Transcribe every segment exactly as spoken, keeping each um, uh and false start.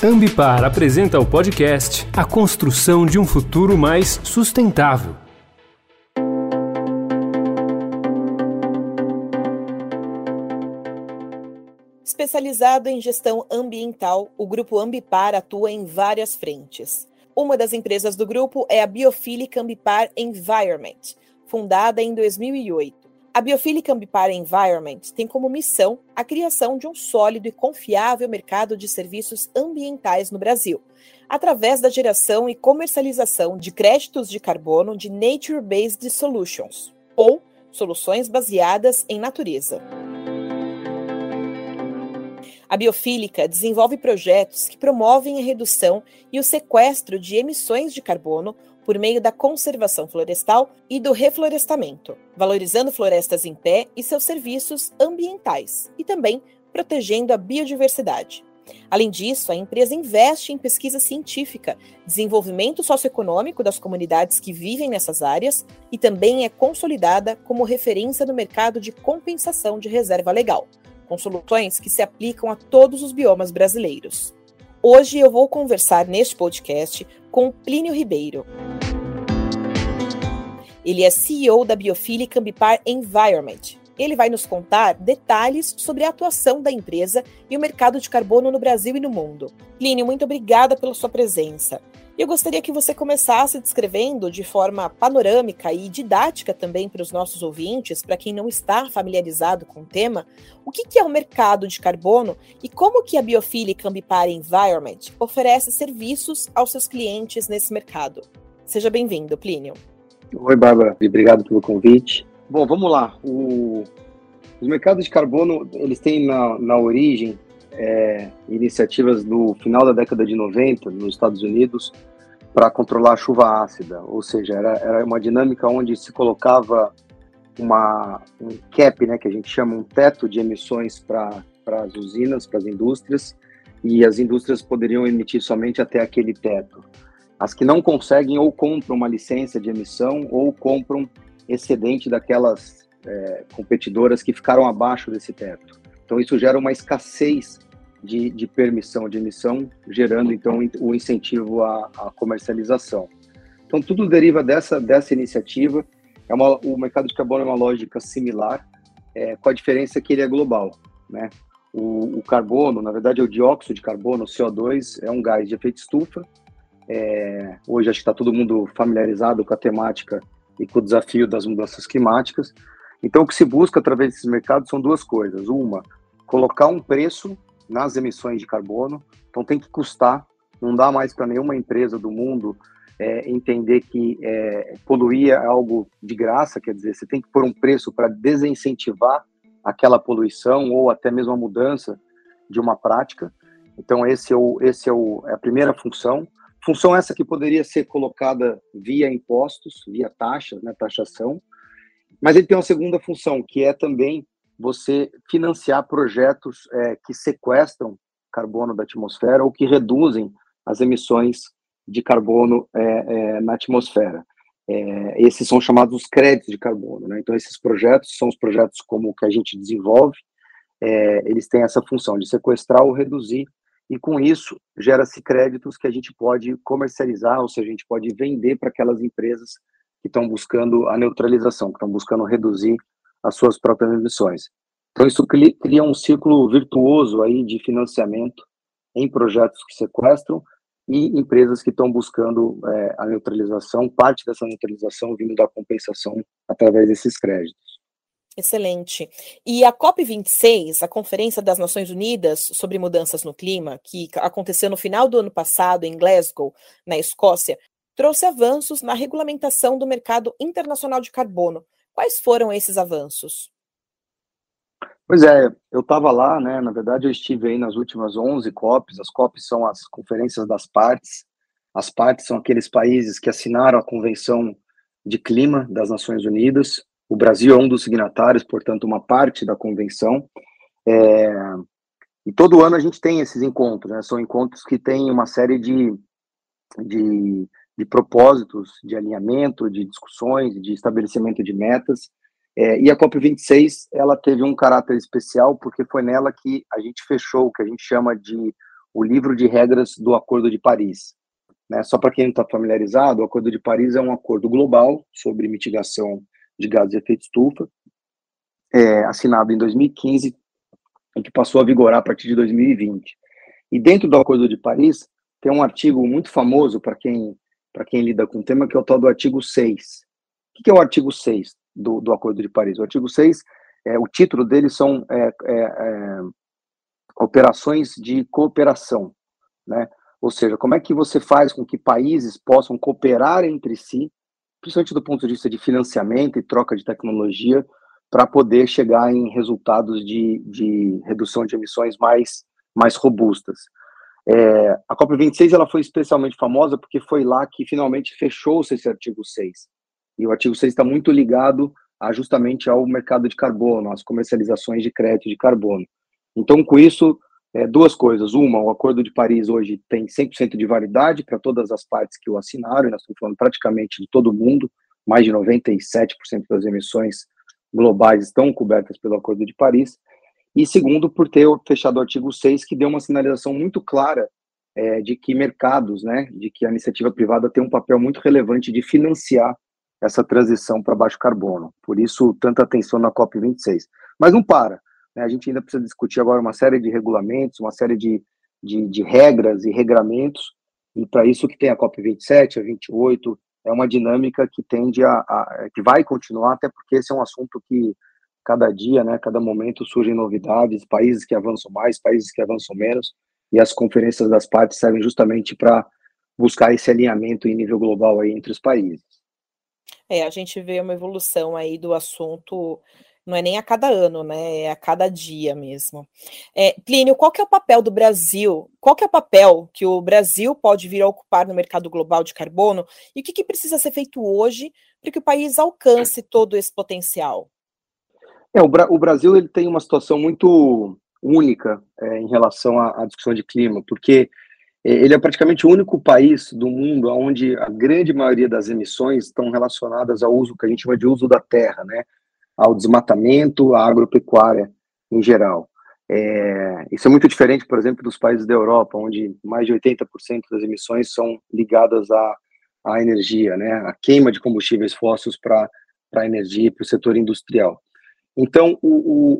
Ambipar apresenta o podcast A Construção de um Futuro Mais Sustentável. Especializado em gestão ambiental, o Grupo Ambipar atua em várias frentes. Uma das empresas do grupo é a Biofílica Ambipar Environment, fundada em dois mil e oito. A Biofílica Ambipar Environment tem como missão a criação de um sólido e confiável mercado de serviços ambientais no Brasil, através da geração e comercialização de créditos de carbono de Nature-Based Solutions, ou soluções baseadas em natureza. A Biofílica desenvolve projetos que promovem a redução e o sequestro de emissões de carbono por meio da conservação florestal e do reflorestamento, valorizando florestas em pé e seus serviços ambientais, e também protegendo a biodiversidade. Além disso, a empresa investe em pesquisa científica, desenvolvimento socioeconômico das comunidades que vivem nessas áreas e também é consolidada como referência no mercado de compensação de reserva legal, com soluções que se aplicam a todos os biomas brasileiros. Hoje eu vou conversar neste podcast com o Plínio Ribeiro. Ele é C E O da Biofílica Ambipar Environment. Ele vai nos contar detalhes sobre a atuação da empresa e o mercado de carbono no Brasil e no mundo. Plínio, muito obrigada pela sua presença. Eu gostaria que você começasse descrevendo de forma panorâmica e didática também para os nossos ouvintes, para quem não está familiarizado com o tema, o que é o mercado de carbono e como que a Biofílica Ambipar Environment oferece serviços aos seus clientes nesse mercado. Seja bem-vindo, Plínio. Oi, Bárbara. Obrigado pelo convite. Bom, vamos lá. O... Os mercados de carbono, eles têm na, na origem É, iniciativas no final da década de noventa nos Estados Unidos para controlar a chuva ácida, ou seja, era, era uma dinâmica onde se colocava uma, um cap, né, que a gente chama um teto de emissões para as usinas, para as indústrias, e as indústrias poderiam emitir somente até aquele teto. As que não conseguem ou compram uma licença de emissão ou compram excedente daquelas é, competidoras que ficaram abaixo desse teto. Então, isso gera uma escassez de, de permissão de emissão, gerando, então, o incentivo à, à comercialização. Então, tudo deriva dessa, dessa iniciativa. É uma, o mercado de carbono é uma lógica similar, é, com a diferença que ele é global, né? O, o carbono, na verdade, é o dióxido de carbono, o C O dois, é um gás de efeito estufa. É, hoje, acho que está todo mundo familiarizado com a temática e com o desafio das mudanças climáticas. Então, o que se busca através desses mercados são duas coisas. Uma, colocar um preço nas emissões de carbono. Então, tem que custar. Não dá mais para nenhuma empresa do mundo é, entender que é, poluir é algo de graça. Quer dizer, você tem que pôr um preço para desincentivar aquela poluição ou até mesmo a mudança de uma prática. Então, esse é, o, esse é, o, é a primeira função. Função essa que poderia ser colocada via impostos, via taxas, né, taxação. Mas ele tem uma segunda função, que é também você financiar projetos é, que sequestram carbono da atmosfera ou que reduzem as emissões de carbono é, é, na atmosfera. É, esses são chamados créditos de carbono, né? Então, esses projetos são os projetos como o que a gente desenvolve, é, eles têm essa função de sequestrar ou reduzir, e com isso gera-se créditos que a gente pode comercializar, ou seja, a gente pode vender para aquelas empresas que estão buscando a neutralização, que estão buscando reduzir as suas próprias emissões. Então, isso cria um círculo virtuoso aí de financiamento em projetos que sequestram e empresas que estão buscando é, a neutralização, parte dessa neutralização vindo da compensação através desses créditos. Excelente. E a COP vinte e seis, a Conferência das Nações Unidas sobre Mudanças no Clima, que aconteceu no final do ano passado em Glasgow, na Escócia, trouxe avanços na regulamentação do mercado internacional de carbono. Quais foram esses avanços? Pois é, eu estava lá, né? Na verdade, eu estive aí nas últimas onze COPs. As COPs são as conferências das partes. As partes são aqueles países que assinaram a Convenção de Clima das Nações Unidas. O Brasil é um dos signatários, portanto, uma parte da convenção. É... E todo ano a gente tem esses encontros, né? São encontros que têm uma série de... de de propósitos, de alinhamento, de discussões, de estabelecimento de metas. É, e a COP vinte e seis, ela teve um caráter especial porque foi nela que a gente fechou o que a gente chama de o livro de regras do Acordo de Paris. Né? Só para quem não está familiarizado, o Acordo de Paris é um acordo global sobre mitigação de gases de efeito estufa, é, assinado em dois mil e quinze, e que passou a vigorar a partir de dois mil e vinte. E dentro do Acordo de Paris, tem um artigo muito famoso para quem, para quem lida com o tema, que é o tal do artigo seis. O que é o artigo seis do, do Acordo de Paris? O artigo seis, é, o título dele são é, é, é, operações de cooperação, né? Ou seja, como é que você faz com que países possam cooperar entre si, principalmente do ponto de vista de financiamento e troca de tecnologia, para poder chegar em resultados de, de redução de emissões mais, mais robustas. É, a COP vinte e seis ela foi especialmente famosa porque foi lá que finalmente fechou-se esse artigo seis. E o artigo seis está muito ligado a, justamente ao mercado de carbono, às comercializações de crédito de carbono. Então, com isso, é, duas coisas. Uma, o Acordo de Paris hoje tem cem por cento de validade para todas as partes que o assinaram, e nós estamos falando praticamente de todo mundo, mais de noventa e sete por cento das emissões globais estão cobertas pelo Acordo de Paris. E segundo, por ter fechado o artigo seis, que deu uma sinalização muito clara é, de que mercados, né, de que a iniciativa privada tem um papel muito relevante de financiar essa transição para baixo carbono. Por isso, tanta atenção na COP vinte e seis. Mas não para. A gente ainda precisa discutir agora uma série de regulamentos, uma série de, de, de regras e regramentos, e para isso que tem a COP vinte e sete, a vinte e oito, é uma dinâmica que tende a, a, que vai continuar, até porque esse é um assunto que cada dia, né, cada momento surgem novidades, países que avançam mais, países que avançam menos, e as conferências das partes servem justamente para buscar esse alinhamento em nível global aí entre os países. É, a gente vê uma evolução aí do assunto. Não é nem a cada ano, né? É a cada dia mesmo. É, Plínio, qual que é o papel do Brasil? Qual que é o papel que o Brasil pode vir a ocupar no mercado global de carbono? E o que, que precisa ser feito hoje para que o país alcance todo esse potencial? É, o, Bra- o Brasil ele tem uma situação muito única é, em relação à, à discussão de clima, porque é, ele é praticamente o único país do mundo onde a grande maioria das emissões estão relacionadas ao uso que a gente chama de uso da terra, né? Ao desmatamento, à agropecuária em geral. É, isso é muito diferente, por exemplo, dos países da Europa, onde mais de oitenta por cento das emissões são ligadas à, à energia, né, à queima de combustíveis fósseis para a energia e para o setor industrial. Então, o,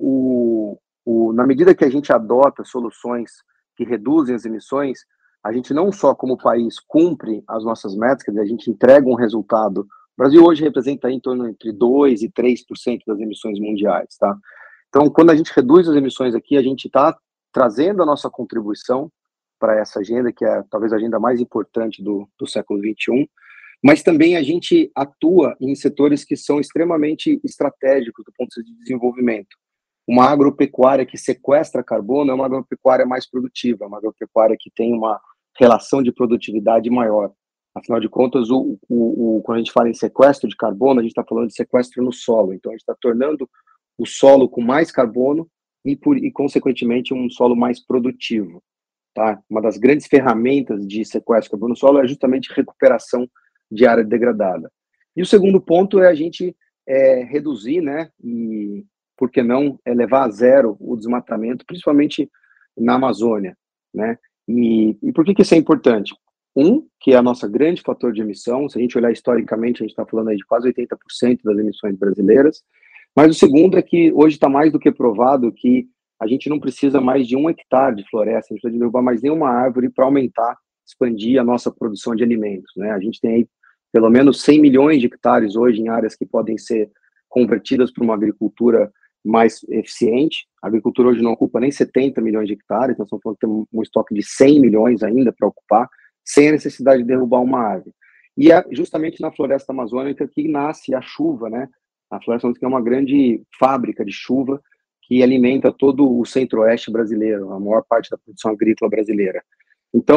o, o, o, na medida que a gente adota soluções que reduzem as emissões, a gente não só como país cumpre as nossas metas, quer dizer, a gente entrega um resultado. O Brasil hoje representa em torno entre dois por cento e três por cento das emissões mundiais, tá? Então, quando a gente reduz as emissões aqui, a gente está trazendo a nossa contribuição para essa agenda, que é talvez a agenda mais importante do, do século vinte e um, mas também a gente atua em setores que são extremamente estratégicos do ponto de vista de desenvolvimento. Uma agropecuária que sequestra carbono é uma agropecuária mais produtiva, uma agropecuária que tem uma relação de produtividade maior. Afinal de contas, o, o, o, quando a gente fala em sequestro de carbono, a gente está falando de sequestro no solo. Então, a gente está tornando o solo com mais carbono e, por, e, consequentemente, um solo mais produtivo. Tá? Uma das grandes ferramentas de sequestro de carbono no solo é justamente recuperação de área degradada. E o segundo ponto é a gente é, reduzir, né, e, por que não, é levar a zero o desmatamento, principalmente na Amazônia. Né? E, e por que, que isso é importante? Um, que é a nossa grande fator de emissão. Se a gente olhar historicamente, a gente está falando aí de quase oitenta por cento das emissões brasileiras. Mas o segundo é que hoje está mais do que provado que a gente não precisa mais de um hectare de floresta, a gente não precisa derrubar mais nenhuma árvore para aumentar, expandir a nossa produção de alimentos. Né? A gente tem aí pelo menos cem milhões de hectares hoje em áreas que podem ser convertidas para uma agricultura mais eficiente. A agricultura hoje não ocupa nem setenta milhões de hectares, nós estamos falando que tem um estoque de cem milhões ainda para ocupar, sem a necessidade de derrubar uma árvore. E é justamente na floresta amazônica que nasce a chuva, né? A floresta amazônica é uma grande fábrica de chuva que alimenta todo o centro-oeste brasileiro, a maior parte da produção agrícola brasileira. Então,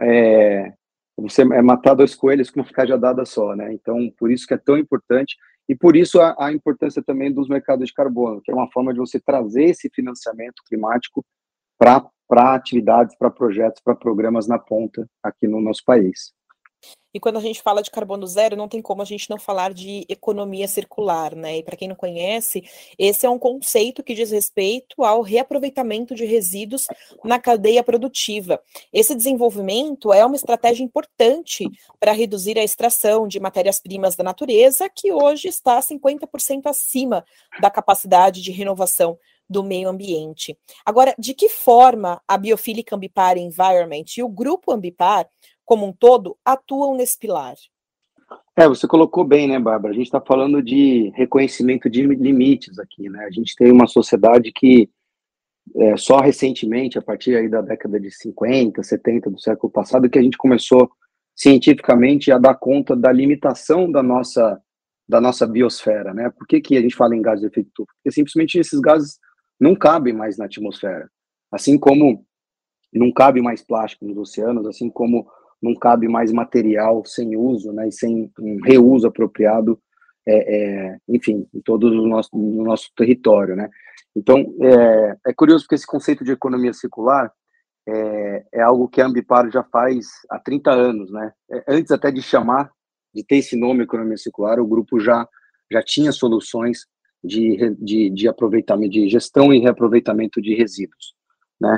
é, você é matar dois coelhos com uma cajadada só, né? Então, por isso que é tão importante, e por isso a, a importância também dos mercados de carbono, que é uma forma de você trazer esse financiamento climático para para atividades, para projetos, para programas na ponta aqui no nosso país. E quando a gente fala de carbono zero, não tem como a gente não falar de economia circular, né? E para quem não conhece, esse é um conceito que diz respeito ao reaproveitamento de resíduos na cadeia produtiva. Esse desenvolvimento é uma estratégia importante para reduzir a extração de matérias-primas da natureza, que hoje está cinquenta por cento acima da capacidade de renovação do meio ambiente. Agora, de que forma a Biofílica Ambipar Environment e o Grupo Ambipar como um todo, atuam nesse pilar? É, você colocou bem, né, Bárbara? A gente está falando de reconhecimento de limites aqui, né? A gente tem uma sociedade que é, só recentemente, a partir aí da década de cinquenta, setenta do século passado, que a gente começou cientificamente a dar conta da limitação da nossa, da nossa biosfera, né? Por que, que a gente fala em gases de efeito estufa? Porque simplesmente esses gases não cabem mais na atmosfera. Assim como não cabe mais plástico nos oceanos, assim como não cabe mais material sem uso, né, e sem um reuso apropriado, é, é, enfim, em todo o nosso, no nosso território, né. Então, é, é curioso porque esse conceito de economia circular é, é algo que a Ambipar já faz há trinta anos, né. Antes até de chamar, de ter esse nome economia circular, o grupo já, já tinha soluções de, de, de aproveitamento, de gestão e reaproveitamento de resíduos, né.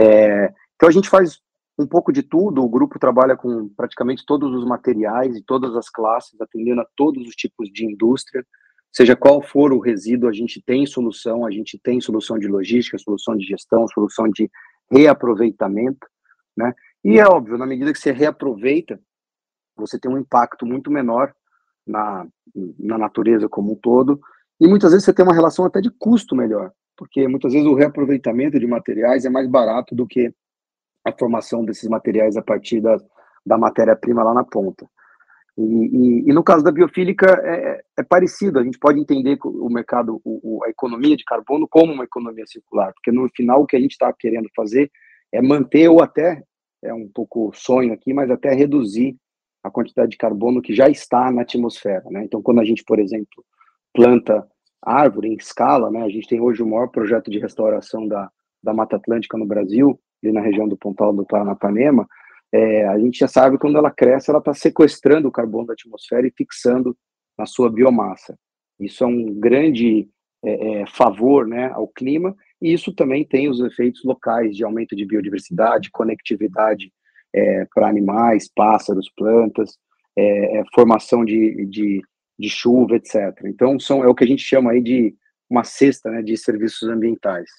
É, então a gente faz um pouco de tudo, o grupo trabalha com praticamente todos os materiais e todas as classes, atendendo a todos os tipos de indústria, seja qual for o resíduo, a gente tem solução, a gente tem solução de logística, solução de gestão, solução de reaproveitamento, né? E é óbvio, na medida que você reaproveita, você tem um impacto muito menor na, na natureza como um todo, e muitas vezes você tem uma relação até de custo melhor, porque muitas vezes o reaproveitamento de materiais é mais barato do que a formação desses materiais a partir da, da matéria-prima lá na ponta. E, e, e no caso da biofílica é, é parecido, a gente pode entender o mercado, o, a economia de carbono como uma economia circular, porque no final o que a gente está querendo fazer é manter ou até, é um pouco sonho aqui, mas até reduzir a quantidade de carbono que já está na atmosfera, né? Então quando a gente, por exemplo, planta árvore em escala, né? A gente tem hoje o maior projeto de restauração da, da Mata Atlântica no Brasil, ali na região do Pontal do Paranapanema, é, a gente já sabe que quando ela cresce, ela está sequestrando o carbono da atmosfera e fixando na sua biomassa. Isso é um grande é, é, favor, né, ao clima, e isso também tem os efeitos locais de aumento de biodiversidade, conectividade é, para animais, pássaros, plantas, é, é, formação de, de, de chuva, etcétera. Então, são, é o que a gente chama aí de uma cesta, né, de serviços ambientais.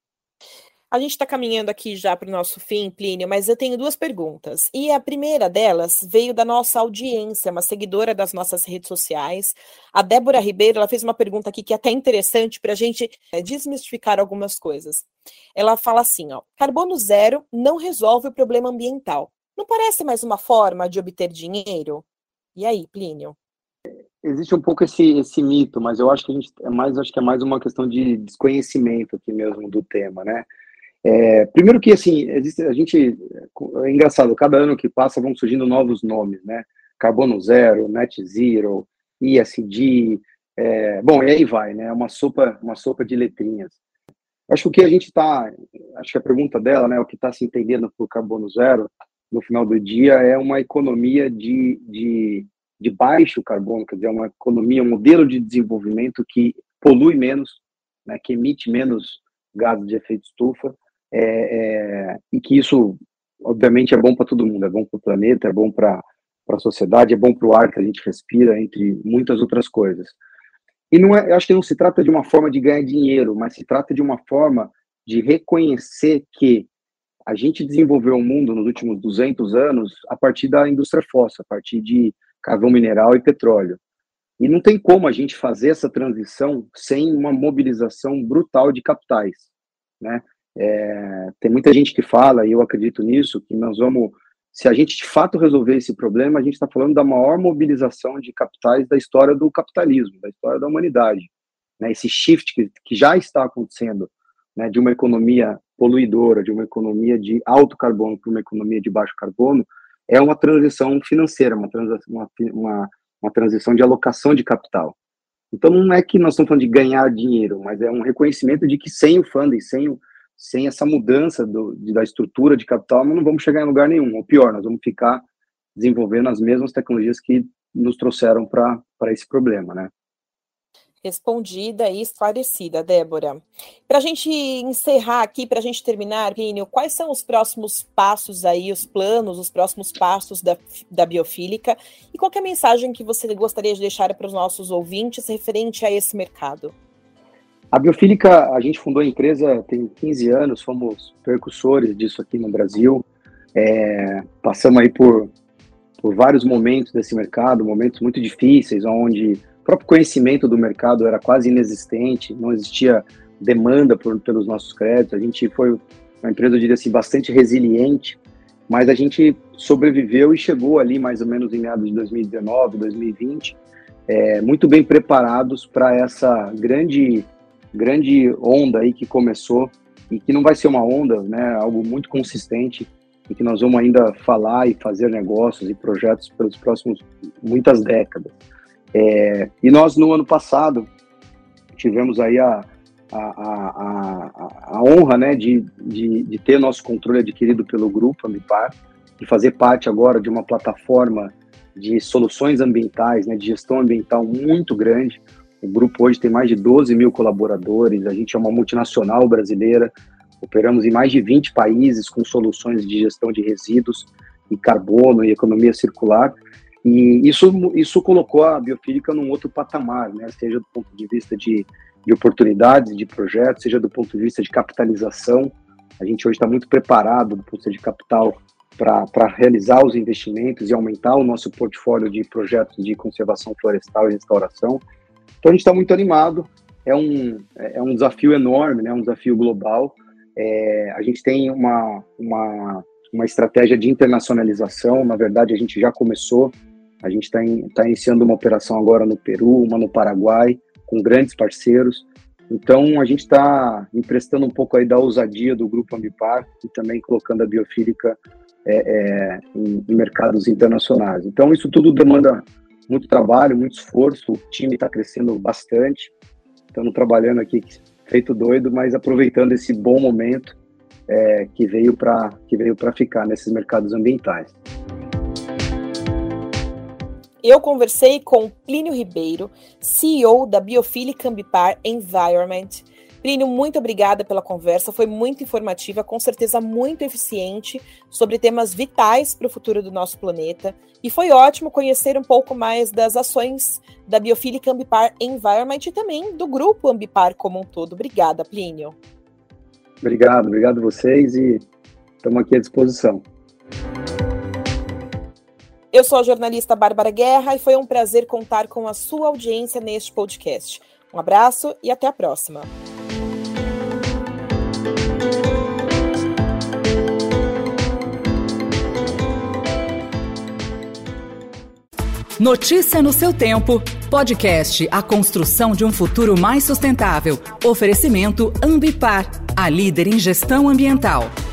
A gente está caminhando aqui já para o nosso fim, Plínio, mas eu tenho duas perguntas. E a primeira delas veio da nossa audiência, uma seguidora das nossas redes sociais. A Débora Ribeiro, ela fez uma pergunta aqui que é até interessante para a gente é, desmistificar algumas coisas. Ela fala assim, ó, carbono zero não resolve o problema ambiental. Não parece mais uma forma de obter dinheiro? E aí, Plínio? Existe um pouco esse, esse mito, mas eu acho que a gente é mais, acho que é mais uma questão de desconhecimento aqui mesmo do tema, né? É, primeiro que, assim, existe, a gente, é engraçado, cada ano que passa vão surgindo novos nomes, né? Carbono zero, net zero, E S G, é, bom, e aí vai, né? É uma sopa, uma sopa de letrinhas. Acho que o que a gente está, acho que a pergunta dela, né, o que está se entendendo por carbono zero, no final do dia, é uma economia de, de, de baixo carbono, quer dizer, uma economia, um modelo de desenvolvimento que polui menos, né, que emite menos gases de efeito estufa, É, é, e que isso, obviamente, é bom para todo mundo, é bom para o planeta, é bom para a sociedade, é bom para o ar que a gente respira, entre muitas outras coisas. E não é, eu acho que não se trata de uma forma de ganhar dinheiro, mas se trata de uma forma de reconhecer que a gente desenvolveu o mundo nos últimos duzentos anos a partir da indústria fóssil, a partir de carvão mineral e petróleo. E não tem como a gente fazer essa transição sem uma mobilização brutal de capitais, né? É, tem muita gente que fala, e eu acredito nisso, que nós vamos, se a gente de fato resolver esse problema, a gente está falando da maior mobilização de capitais da história do capitalismo, da história da humanidade, né? Esse shift que, que já está acontecendo, né, de uma economia poluidora, de uma economia de alto carbono para uma economia de baixo carbono, é uma transição financeira, uma, transição, uma, uma, uma transição de alocação de capital. Então não é que nós estamos falando de ganhar dinheiro, mas é um reconhecimento de que sem o funding, sem o sem essa mudança do, de, da estrutura de capital, nós não vamos chegar em lugar nenhum. Ou pior, nós vamos ficar desenvolvendo as mesmas tecnologias que nos trouxeram para esse problema, né? Respondida e esclarecida, Débora. Para a gente encerrar aqui, para a gente terminar, Plínio, quais são os próximos passos aí, os planos, os próximos passos da, da Biofílica e qual que é a mensagem que você gostaria de deixar para os nossos ouvintes referente a esse mercado? A Biofílica, a gente fundou a empresa tem quinze anos, fomos percussores disso aqui no Brasil, é, passamos aí por, por vários momentos desse mercado, momentos muito difíceis, onde o próprio conhecimento do mercado era quase inexistente, não existia demanda por, pelos nossos créditos. A gente foi uma empresa, eu diria assim, bastante resiliente, mas a gente sobreviveu e chegou ali mais ou menos em meados de dois mil e dezenove, dois mil e vinte, é, muito bem preparados para essa grande, grande onda aí que começou e que não vai ser uma onda, né, algo muito consistente e que nós vamos ainda falar e fazer negócios e projetos pelos próximos muitas décadas. É, e nós, no ano passado, tivemos aí a, a, a, a, a honra, né, de, de, de ter nosso controle adquirido pelo Grupo Ambipar e fazer parte agora de uma plataforma de soluções ambientais, né, de gestão ambiental muito grande. O grupo hoje tem mais de doze mil colaboradores, a gente é uma multinacional brasileira, operamos em mais de vinte países com soluções de gestão de resíduos e carbono e economia circular. E isso, isso colocou a Biofílica num outro patamar, né? Seja do ponto de vista de, de oportunidades, de projetos, seja do ponto de vista de capitalização. A gente hoje está muito preparado do ponto de vista de capital para realizar os investimentos e aumentar o nosso portfólio de projetos de conservação florestal e restauração. Então a gente está muito animado, é um, é um desafio enorme, né? Um desafio global. É, a gente tem uma, uma, uma estratégia de internacionalização, na verdade a gente já começou. A gente está tá iniciando uma operação agora no Peru, uma no Paraguai, com grandes parceiros. Então, a gente está emprestando um pouco aí da ousadia do Grupo Ambipar e também colocando a Biofílica é, é, em, em mercados internacionais. Então, isso tudo demanda muito trabalho, muito esforço. O time está crescendo bastante. Estamos trabalhando aqui feito doido, mas aproveitando esse bom momento é, que veio para que veio para ficar nesses mercados ambientais. Eu conversei com Plínio Ribeiro, C E O da Biofílica Ambipar Environment. Plínio, muito obrigada pela conversa, foi muito informativa, com certeza muito eficiente, sobre temas vitais para o futuro do nosso planeta. E foi ótimo conhecer um pouco mais das ações da Biofílica Ambipar Environment e também do Grupo Ambipar como um todo. Obrigada, Plínio. Obrigado, obrigado a vocês e estamos aqui à disposição. Eu sou a jornalista Bárbara Guerra e foi um prazer contar com a sua audiência neste podcast. Um abraço e até a próxima. Notícia no seu tempo. Podcast A Construção de um Futuro Mais Sustentável. Oferecimento Ambipar, a líder em gestão ambiental.